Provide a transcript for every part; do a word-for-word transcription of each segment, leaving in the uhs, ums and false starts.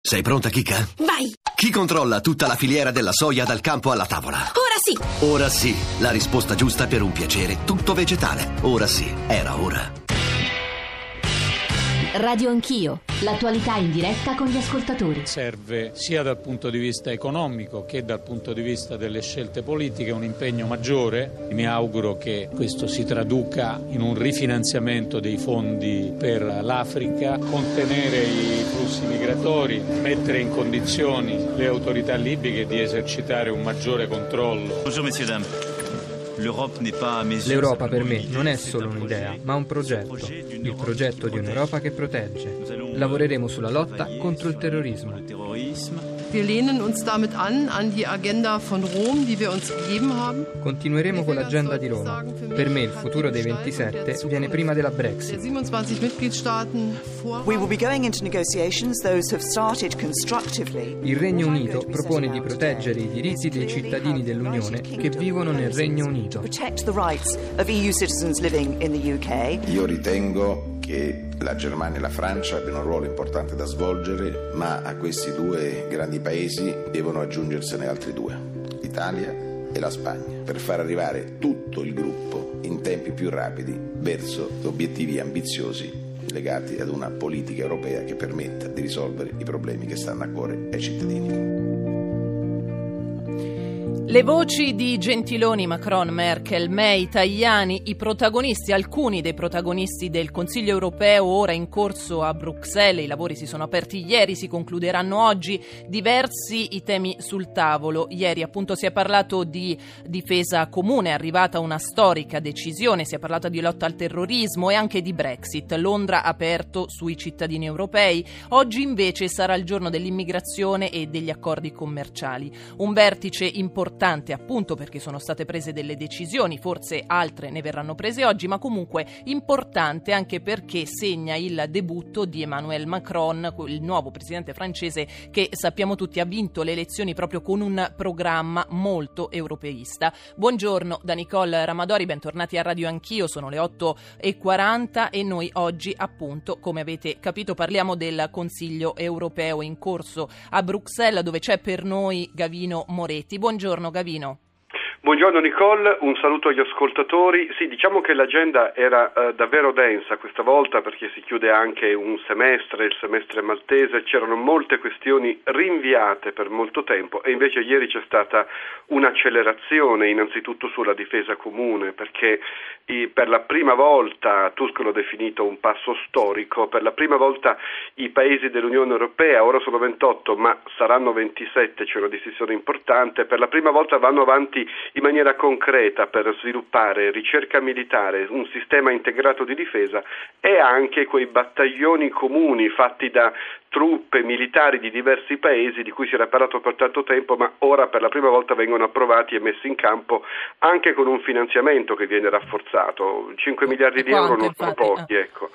Sei pronta, Kika? Vai! Chi controlla tutta la filiera della soia dal campo alla tavola? Ora sì! Ora sì, la risposta giusta per un piacere tutto vegetale. Ora sì, era ora. Radio Anch'io, l'attualità in diretta con gli ascoltatori. Serve sia dal punto di vista economico che dal punto di vista delle scelte politiche un impegno maggiore. Mi auguro che questo si traduca in un rifinanziamento dei fondi per l'Africa, contenere i flussi migratori, mettere in condizioni le autorità libiche di esercitare un maggiore controllo. Bonjour messieurs dames. L'Europa per me non è solo un'idea, ma un progetto. Il progetto di un'Europa che protegge. Lavoreremo sulla lotta contro il terrorismo. Wir lehnen uns damit an, an die Agenda von Rom, die wir uns gegeben haben. Continueremo con l'agenda di Roma. Per me il futuro dei ventisette viene prima della Brexit. We will be going into negotiations, those have started constructively. Il Regno Unito propone di proteggere i diritti dei cittadini dell'Unione che vivono nel Regno Unito. Protect the rights of E U citizens living in the U K. Io ritengo che la Germania e la Francia abbiano un ruolo importante da svolgere, ma a questi due grandi paesi devono aggiungersene altri due, l'Italia e la Spagna, per far arrivare tutto il gruppo in tempi più rapidi verso obiettivi ambiziosi legati ad una politica europea che permetta di risolvere i problemi che stanno a cuore ai cittadini. Le voci di Gentiloni, Macron, Merkel, May, Tajani, i protagonisti, alcuni dei protagonisti del Consiglio europeo ora in corso a Bruxelles. I lavori si sono aperti ieri, si concluderanno oggi. Diversi i temi sul tavolo. Ieri appunto si è parlato di difesa comune, è arrivata una storica decisione, si è parlato di lotta al terrorismo e anche di Brexit. Londra ha aperto sui cittadini europei. Oggi invece sarà il giorno dell'immigrazione e degli accordi commerciali. Un vertice importante appunto perché sono state prese delle decisioni, forse altre ne verranno prese oggi, ma comunque importante anche perché segna il debutto di Emmanuel Macron, il nuovo presidente francese che sappiamo tutti ha vinto le elezioni proprio con un programma molto europeista. Buongiorno da Nicole Ramadori, bentornati a Radio Anch'io, sono le otto e quaranta e noi oggi appunto, come avete capito, parliamo del Consiglio europeo in corso a Bruxelles dove c'è per noi Gavino Moretti. Buongiorno Gavino. Buongiorno Nicole, un saluto agli ascoltatori. Sì, diciamo che l'agenda era eh, davvero densa questa volta perché si chiude anche un semestre, il semestre maltese, c'erano molte questioni rinviate per molto tempo e invece ieri c'è stata un'accelerazione innanzitutto sulla difesa comune perché i, per la prima volta, Tusk l'ha definito un passo storico, per la prima volta i paesi dell'Unione Europea, ora sono ventotto ma saranno ventisette, c'è una decisione importante, per la prima volta vanno avanti in maniera concreta per sviluppare ricerca militare, un sistema integrato di difesa e anche quei battaglioni comuni fatti da truppe militari di diversi paesi di cui si era parlato per tanto tempo, ma ora per la prima volta vengono approvati e messi in campo anche con un finanziamento che viene rafforzato. cinque miliardi di euro non sono pochi, ecco.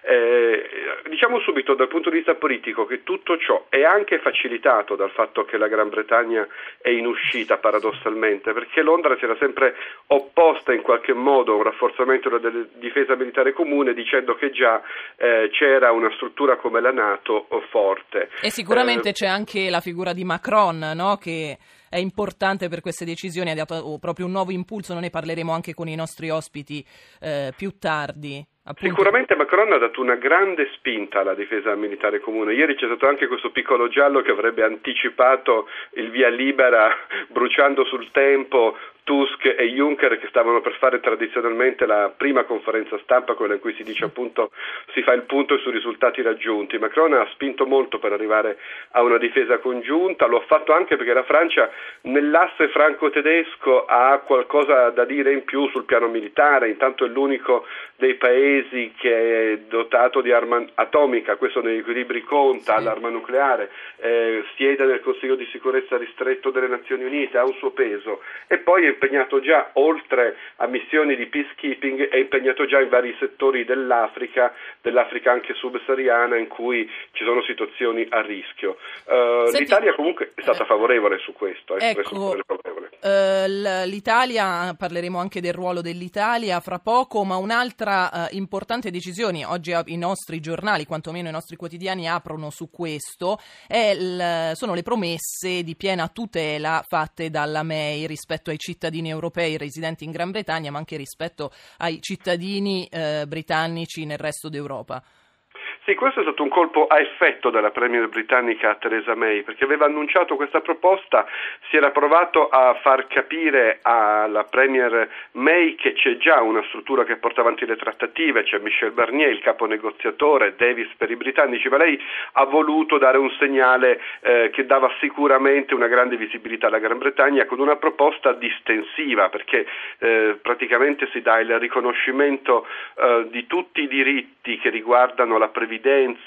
Eh, diciamo subito dal punto di vista politico che tutto ciò è anche facilitato dal fatto che la Gran Bretagna è in uscita paradossalmente, perché Londra si era sempre opposta in qualche modo a un rafforzamento della difesa militare comune dicendo che già eh, c'era una struttura come la NATO forte. E sicuramente eh, c'è anche la figura di Macron, no? Che è importante per queste decisioni, ha dato proprio un nuovo impulso, ne parleremo anche con i nostri ospiti eh, più tardi. Appunto. Sicuramente Macron ha dato una grande spinta alla difesa militare comune. Ieri c'è stato anche questo piccolo giallo che avrebbe anticipato il via libera bruciando sul tempo Tusk e Juncker che stavano per fare tradizionalmente la prima conferenza stampa, quella in cui si dice appunto si fa il punto sui risultati raggiunti. Macron ha spinto molto per arrivare a una difesa congiunta, lo ha fatto anche perché la Francia nell'asse franco-tedesco ha qualcosa da dire in più sul piano militare, intanto è l'unico dei paesi che è dotato di arma atomica, questo negli equilibri conta, sì. L'arma nucleare, eh, siede nel Consiglio di sicurezza ristretto delle Nazioni Unite, ha un suo peso e poi è impegnato già, oltre a missioni di peacekeeping, è impegnato già in vari settori dell'Africa, dell'Africa anche subsahariana in cui ci sono situazioni a rischio. Uh, L'Italia comunque è stata favorevole su questo. Eh, ecco, favorevole. eh, l'Italia, parleremo anche del ruolo dell'Italia fra poco, ma un'altra eh, importante decisione, oggi i nostri giornali, quantomeno i nostri quotidiani, aprono su questo, è il, sono le promesse di piena tutela fatte dalla May rispetto ai cittadini europei residenti in Gran Bretagna, ma anche rispetto ai cittadini eh, britannici nel resto d'Europa. Sì, questo è stato un colpo a effetto della premier britannica Theresa May, perché aveva annunciato questa proposta, si era provato a far capire alla premier May che c'è già una struttura che porta avanti le trattative, c'è Michel Barnier, il capo negoziatore, Davis per i britannici, ma lei ha voluto dare un segnale eh, che dava sicuramente una grande visibilità alla Gran Bretagna con una proposta distensiva, perché eh, praticamente si dà il riconoscimento eh, di tutti i diritti che riguardano la previdenza,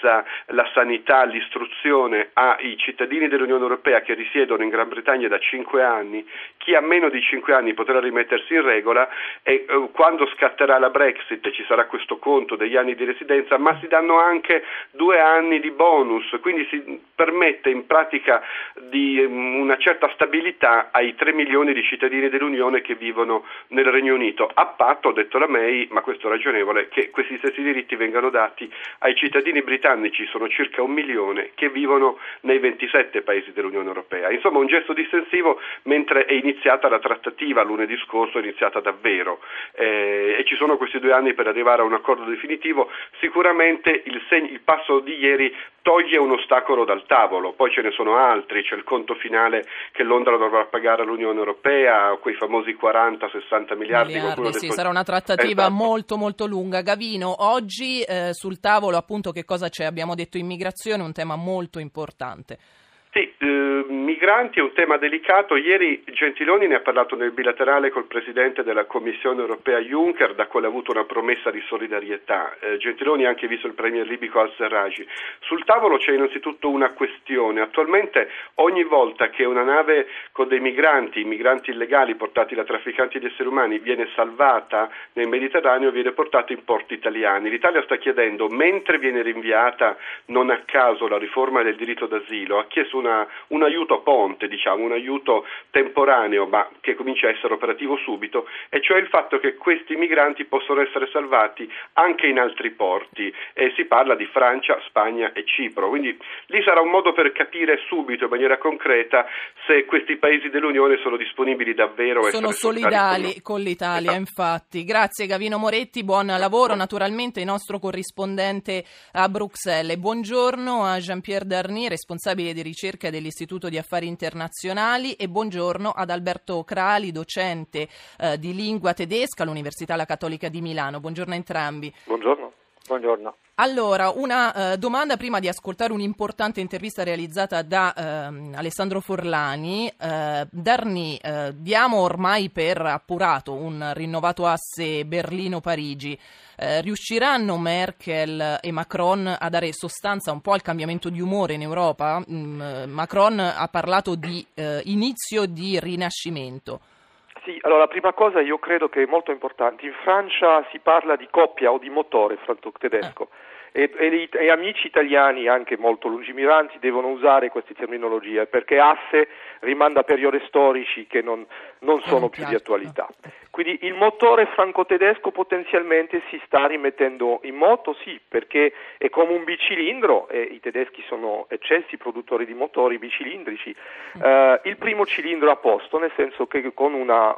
la sanità, l'istruzione ai cittadini dell'Unione Europea che risiedono in Gran Bretagna da cinque anni. Chi ha meno di cinque anni potrà rimettersi in regola e eh, quando scatterà la Brexit ci sarà questo conto degli anni di residenza, ma si danno anche due anni di bonus, quindi si permette in pratica di um, una certa stabilità ai tre milioni di cittadini dell'Unione che vivono nel Regno Unito, a patto, ha detto la May, ma questo è ragionevole, che questi stessi diritti vengano dati ai cittadini cittadini britannici, sono circa un milione, che vivono nei ventisette paesi dell'Unione Europea. Insomma, un gesto distensivo, mentre è iniziata la trattativa lunedì scorso, è iniziata davvero eh, e ci sono questi due anni per arrivare a un accordo definitivo. Sicuramente il, seg- il passo di ieri toglie un ostacolo dal tavolo, poi ce ne sono altri, c'è il conto finale che Londra dovrà pagare all'Unione Europea, quei famosi quaranta sessanta miliardi. miliardi sì, sarà una trattativa esatto. molto molto lunga. Gavino, oggi eh, sul tavolo appunto che cosa c'è? Abbiamo detto immigrazione, un tema molto importante. Sì, eh, migranti è un tema delicato. Ieri Gentiloni ne ha parlato nel bilaterale col Presidente della Commissione Europea Juncker, da quale ha avuto una promessa di solidarietà. Eh, Gentiloni ha anche visto il Premier libico al-Serraj. Sul tavolo c'è innanzitutto una questione. Attualmente ogni volta che una nave con dei migranti, migranti illegali portati da trafficanti di esseri umani, viene salvata nel Mediterraneo, viene portata in porti italiani. L'Italia sta chiedendo, mentre viene rinviata non a caso la riforma del diritto d'asilo, ha chiesto Una, un aiuto ponte, diciamo, un aiuto temporaneo, ma che comincia a essere operativo subito, e cioè il fatto che questi migranti possono essere salvati anche in altri porti, e si parla di Francia, Spagna e Cipro, quindi lì sarà un modo per capire subito in maniera concreta se questi paesi dell'Unione sono disponibili davvero a sono essere solidali con, con l'Italia. Esatto. Infatti. Grazie Gavino Moretti, buon lavoro, naturalmente il nostro corrispondente a Bruxelles. Buongiorno a Jean-Pierre Darny, responsabile di ricerca dell'Istituto di Affari Internazionali, e buongiorno ad Alberto Crali, docente eh, di lingua tedesca all'Università La Cattolica di Milano. Buongiorno a entrambi. Buongiorno. Buongiorno. Allora, una eh, domanda prima di ascoltare un'importante intervista realizzata da eh, Alessandro Forlani. Eh, Darny, eh, diamo ormai per appurato un rinnovato asse Berlino-Parigi. Eh, riusciranno Merkel e Macron a dare sostanza un po' al cambiamento di umore in Europa? Mm, Macron ha parlato di eh, inizio di rinascimento. Sì, allora la prima cosa io credo che è molto importante. In Francia si parla di coppia o di motore franco-tedesco. Eh. E, e, e amici italiani anche molto lungimiranti devono usare queste terminologie, perché asse rimanda a periodi storici che non, non sono più di attualità. Quindi il motore franco-tedesco potenzialmente si sta rimettendo in moto, sì, perché è come un bicilindro e i tedeschi sono eccessi produttori di motori bicilindrici. Uh, il primo cilindro a posto, nel senso che con una,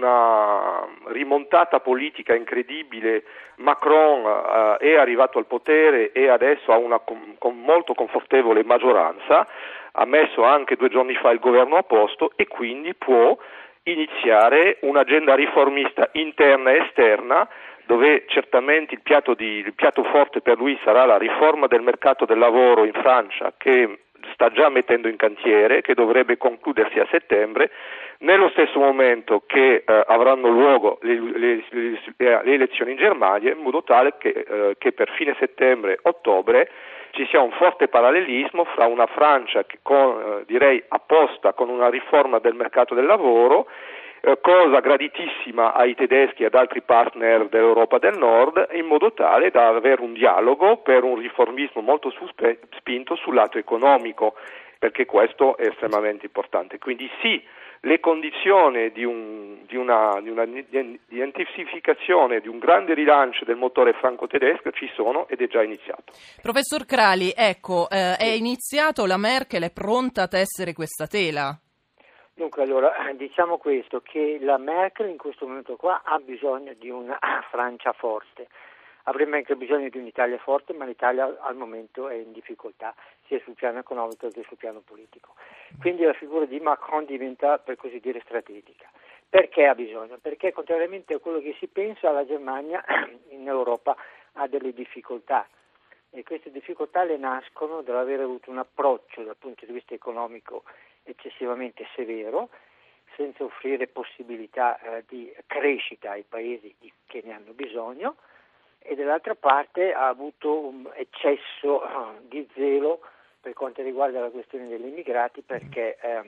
una rimontata politica incredibile Macron uh, è arrivato al potere e adesso ha una com- con molto confortevole maggioranza, ha messo anche due giorni fa il governo a posto e quindi può iniziare un'agenda riformista interna e esterna, dove certamente il piatto, di, il piatto forte per lui sarà la riforma del mercato del lavoro in Francia, che sta già mettendo in cantiere, che dovrebbe concludersi a settembre, nello stesso momento che eh, avranno luogo le, le, le, le elezioni in Germania, in modo tale che, eh, che per fine settembre-ottobre ci sia un forte parallelismo fra una Francia che con, eh, direi apposta con una riforma del mercato del lavoro, eh, cosa graditissima ai tedeschi e ad altri partner dell'Europa del Nord, in modo tale da avere un dialogo per un riformismo molto suspe- spinto sul lato economico, perché questo è estremamente importante. Quindi sì, le condizioni di, un, di, una, di una identificazione, di un grande rilancio del motore franco-tedesco ci sono ed è già iniziato. Professor Crali, ecco, eh, è iniziato, la Merkel è pronta a tessere questa tela? Dunque, allora, diciamo questo, che la Merkel in questo momento qua ha bisogno di una Francia forte. Avremmo anche bisogno di un'Italia forte, ma l'Italia al momento è in difficoltà, sia sul piano economico che sul piano politico. Quindi la figura di Macron diventa, per così dire, strategica. Perché ha bisogno? Perché contrariamente a quello che si pensa, la Germania in Europa ha delle difficoltà. E queste difficoltà le nascono dall'aver avuto un approccio dal punto di vista economico eccessivamente severo, senza offrire possibilità eh, di crescita ai paesi di, che ne hanno bisogno, e dall'altra parte ha avuto un eccesso uh, di zelo per quanto riguarda la questione degli immigrati, perché ehm,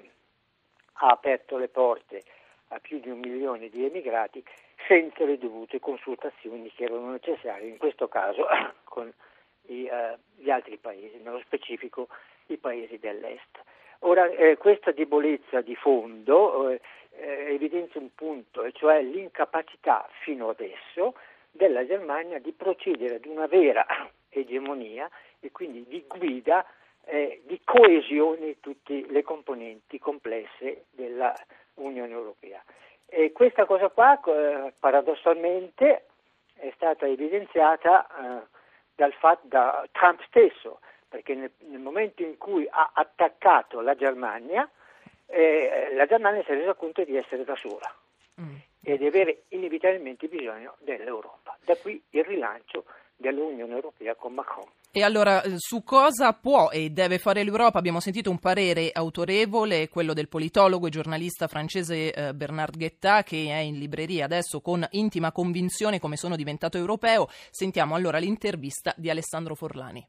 ha aperto le porte a più di un milione di emigrati senza le dovute consultazioni che erano necessarie, in questo caso con i, uh, gli altri paesi, nello specifico i paesi dell'est. Ora, eh, questa debolezza di fondo eh, evidenzia un punto, e cioè l'incapacità fino adesso della Germania di procedere ad una vera egemonia e quindi di guida, eh, di coesione di tutte le componenti complesse della Unione Europea. E questa cosa qua, eh, paradossalmente, è stata evidenziata eh, dal fatto da Trump stesso, perché nel, nel momento in cui ha attaccato la Germania, eh, la Germania si è resa conto di essere da sola. Mm. E di avere inevitabilmente bisogno dell'Europa. Da qui il rilancio dell'Unione Europea con Macron. E allora su cosa può e deve fare l'Europa? Abbiamo sentito un parere autorevole, quello del politologo e giornalista francese eh, Bernard Guetta, che è in libreria adesso con intima convinzione come sono diventato europeo. Sentiamo allora l'intervista di Alessandro Forlani.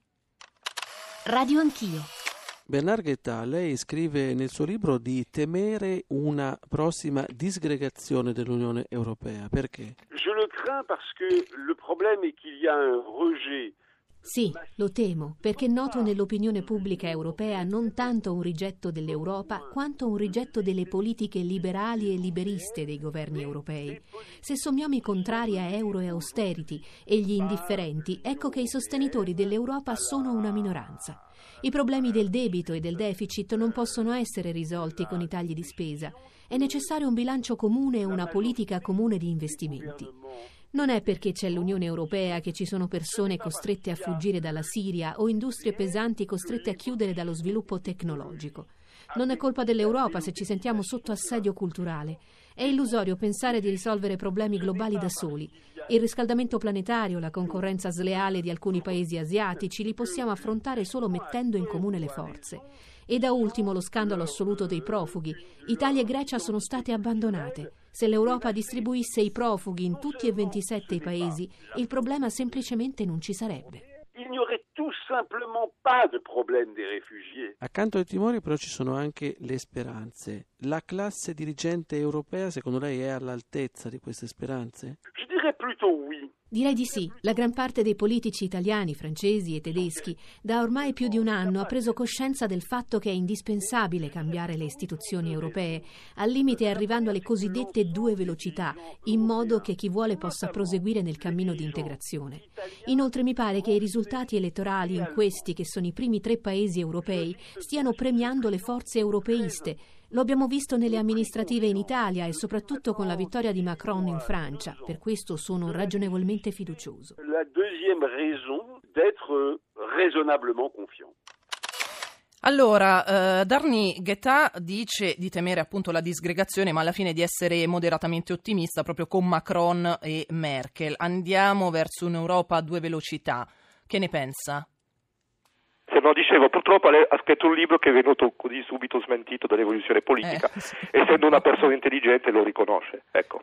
Radio Anch'io. Bernard Guetta, lei scrive nel suo libro di temere una prossima disgregazione dell'Unione Europea. Perché? Je le crains parce que le problème est qu'il y a un rejet. Sì, lo temo, perché noto nell'opinione pubblica europea non tanto un rigetto dell'Europa, quanto un rigetto delle politiche liberali e liberiste dei governi europei. Se sommiamo i contrari a euro e austerity e gli indifferenti, ecco che i sostenitori dell'Europa sono una minoranza. I problemi del debito e del deficit non possono essere risolti con i tagli di spesa. È necessario un bilancio comune e una politica comune di investimenti. Non è perché c'è l'Unione Europea che ci sono persone costrette a fuggire dalla Siria o industrie pesanti costrette a chiudere dallo sviluppo tecnologico. Non è colpa dell'Europa se ci sentiamo sotto assedio culturale. È illusorio pensare di risolvere problemi globali da soli. Il riscaldamento planetario, la concorrenza sleale di alcuni paesi asiatici li possiamo affrontare solo mettendo in comune le forze. E da ultimo lo scandalo assoluto dei profughi. Italia e Grecia sono state abbandonate. Se l'Europa distribuisse i profughi in tutti e ventisette i paesi, il problema semplicemente non ci sarebbe. Il n'y aurait tout simplement pas de problème des réfugiés. Accanto ai timori però ci sono anche le speranze. La classe dirigente europea secondo lei è all'altezza di queste speranze? Je dirais plutôt oui. Direi di sì. La gran parte dei politici italiani, francesi e tedeschi da ormai più di un anno ha preso coscienza del fatto che è indispensabile cambiare le istituzioni europee, al limite arrivando alle cosiddette due velocità, in modo che chi vuole possa proseguire nel cammino di integrazione. Inoltre mi pare che i risultati elettorali in questi, che sono i primi tre paesi europei, stiano premiando le forze europeiste. Lo abbiamo visto nelle amministrative in Italia e soprattutto con la vittoria di Macron in Francia. Per questo sono ragionevolmente fiducioso. La deuxième raison d'être raisonnablement confiant. Allora, eh, Darny Guetta dice di temere appunto la disgregazione, ma alla fine di essere moderatamente ottimista proprio con Macron e Merkel. Andiamo verso un'Europa a due velocità. Che ne pensa? Se no, dicevo, purtroppo lei ha scritto un libro che è venuto così subito smentito dall'evoluzione politica. Eh, sì. Essendo una persona intelligente lo riconosce, ecco.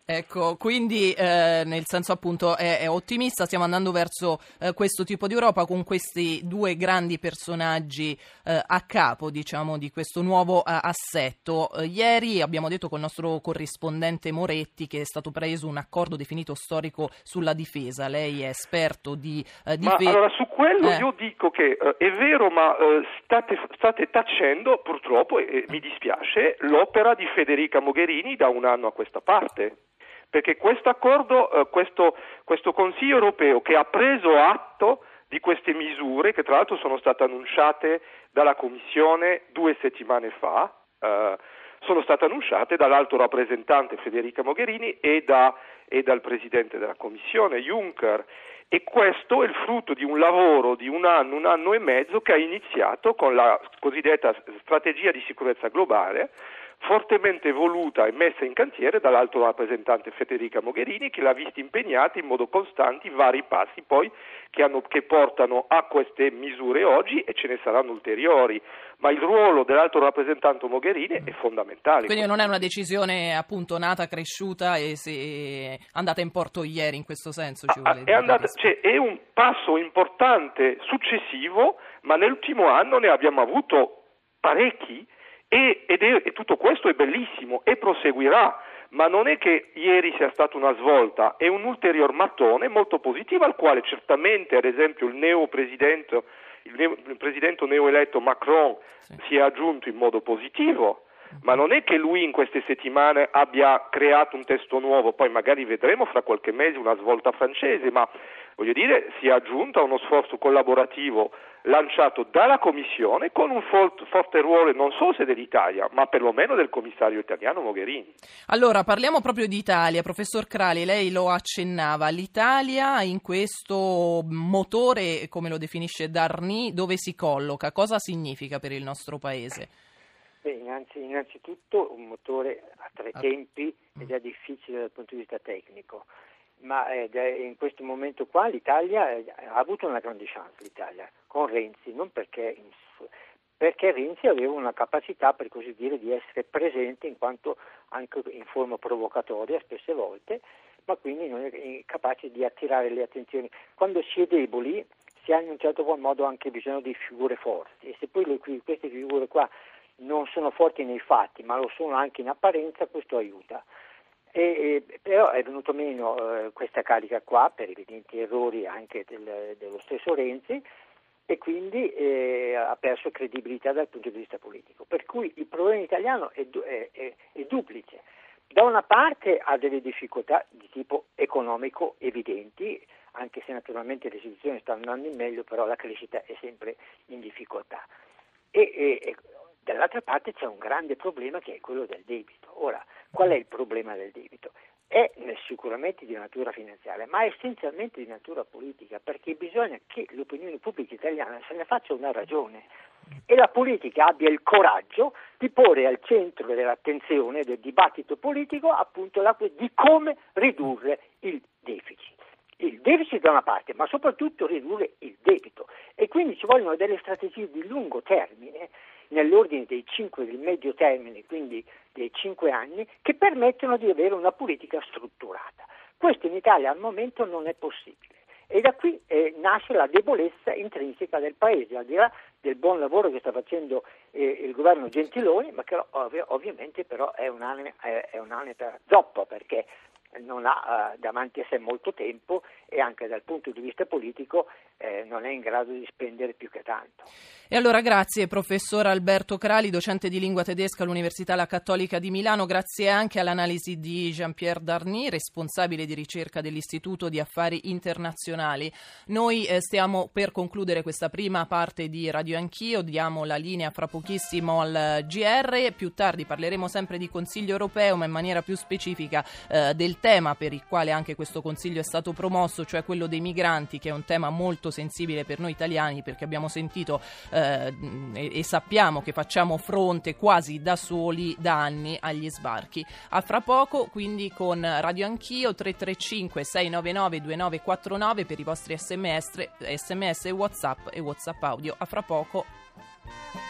Ecco, quindi eh, nel senso appunto è, è ottimista, stiamo andando verso eh, questo tipo di Europa con questi due grandi personaggi eh, a capo, diciamo, di questo nuovo eh, assetto. Eh, ieri abbiamo detto col nostro corrispondente Moretti che è stato preso un accordo definito storico sulla difesa. Lei è esperto di eh, difesa. Ma allora su quello eh. io dico che eh, è vero, ma eh, state, state tacendo purtroppo, e eh, mi dispiace, l'opera di Federica Mogherini da un anno a questa parte. Perché questo accordo, eh, questo, questo Consiglio europeo che ha preso atto di queste misure, che tra l'altro sono state annunciate dalla Commissione due settimane fa, eh, sono state annunciate dall'alto rappresentante Federica Mogherini e, da, e dal Presidente della Commissione Juncker. E questo è il frutto di un lavoro di un anno, un anno e mezzo che ha iniziato con la cosiddetta strategia di sicurezza globale, fortemente voluta e messa in cantiere dall'alto rappresentante Federica Mogherini, che l'ha vista impegnata in modo costante i vari passi poi che, hanno, che portano a queste misure oggi, e ce ne saranno ulteriori, ma il ruolo dell'alto rappresentante Mogherini è fondamentale. Quindi non è una decisione appunto nata, cresciuta e si è andata in porto ieri in questo senso? Ci vuole è, andata, cioè, è un passo importante successivo, ma nell'ultimo anno ne abbiamo avuto parecchi. E, ed è, e tutto questo è bellissimo e proseguirà, ma non è che ieri sia stata una svolta, è un ulterior mattone molto positivo al quale certamente ad esempio il neo-presidente, il, neo, il presidente neoeletto Macron sì. si è aggiunto in modo positivo, ma non è che lui in queste settimane abbia creato un testo nuovo, poi magari vedremo fra qualche mese una svolta francese, ma voglio dire si è aggiunto a uno sforzo collaborativo lanciato dalla Commissione con un forte, forte ruolo non solo se dell'Italia, ma perlomeno del commissario italiano Mogherini. Allora, parliamo proprio di Italia. Professor Crali, lei lo accennava, l'Italia in questo motore, come lo definisce Darny, dove si colloca? Cosa significa per il nostro Paese? Beh, innanzi, innanzitutto un motore a tre ah. tempi ed è difficile dal punto di vista tecnico. Ma eh, in questo momento qua l'Italia eh, ha avuto una grande chance, l'Italia, con Renzi, non perché, perché Renzi aveva una capacità, per così dire, di essere presente in quanto anche in forma provocatoria spesse volte, ma quindi non è capace di attirare le attenzioni. Quando si è deboli si ha in un certo qual modo anche bisogno di figure forti, e se poi le, queste figure qua non sono forti nei fatti, ma lo sono anche in apparenza, questo aiuta. E, e, però è venuto meno eh, questa carica qua per evidenti errori anche del, dello stesso Renzi, e quindi eh, ha perso credibilità dal punto di vista politico, per cui il problema italiano è, è, è, è duplice. Da una parte ha delle difficoltà di tipo economico evidenti, anche se naturalmente le istituzioni stanno andando in meglio, però la crescita è sempre in difficoltà, e, e, e dall'altra parte c'è un grande problema che è quello del debito. Ora, qual è il problema del debito? È sicuramente di natura finanziaria, ma è essenzialmente di natura politica, perché bisogna che l'opinione pubblica italiana se ne faccia una ragione e la politica abbia il coraggio di porre al centro dell'attenzione del dibattito politico appunto la di come ridurre il deficit. Il deficit da una parte, ma soprattutto ridurre il debito, e quindi ci vogliono delle strategie di lungo termine, nell'ordine dei cinque del medio termine, quindi dei cinque anni, che permettono di avere una politica strutturata. Questo in Italia al momento non è possibile, e da qui eh, nasce la debolezza intrinseca del Paese, al di là del buon lavoro che sta facendo eh, il governo Gentiloni, ma che ov- ovviamente però è un'anima, è, è un'anima zoppa, perché non ha uh, davanti a sé molto tempo, e anche dal punto di vista politico eh, non è in grado di spendere più che tanto. E allora grazie professor Alberto Crali, docente di lingua tedesca all'Università La Cattolica di Milano, grazie anche all'analisi di Jean-Pierre Darny, responsabile di ricerca dell'Istituto di Affari Internazionali. Noi eh, stiamo per concludere questa prima parte di Radio Anch'io, diamo la linea fra pochissimo al G R, più tardi parleremo sempre di Consiglio europeo, ma in maniera più specifica eh, del tema per il quale anche questo Consiglio è stato promosso, cioè quello dei migranti, che è un tema molto sensibile per noi italiani, perché abbiamo sentito eh, e, e sappiamo che facciamo fronte quasi da soli da anni agli sbarchi. A fra poco, quindi, con Radio Anch'io, tre tre cinque sei nove nove due nove quattro nove per i vostri sms, sms e WhatsApp e WhatsApp audio. A fra poco.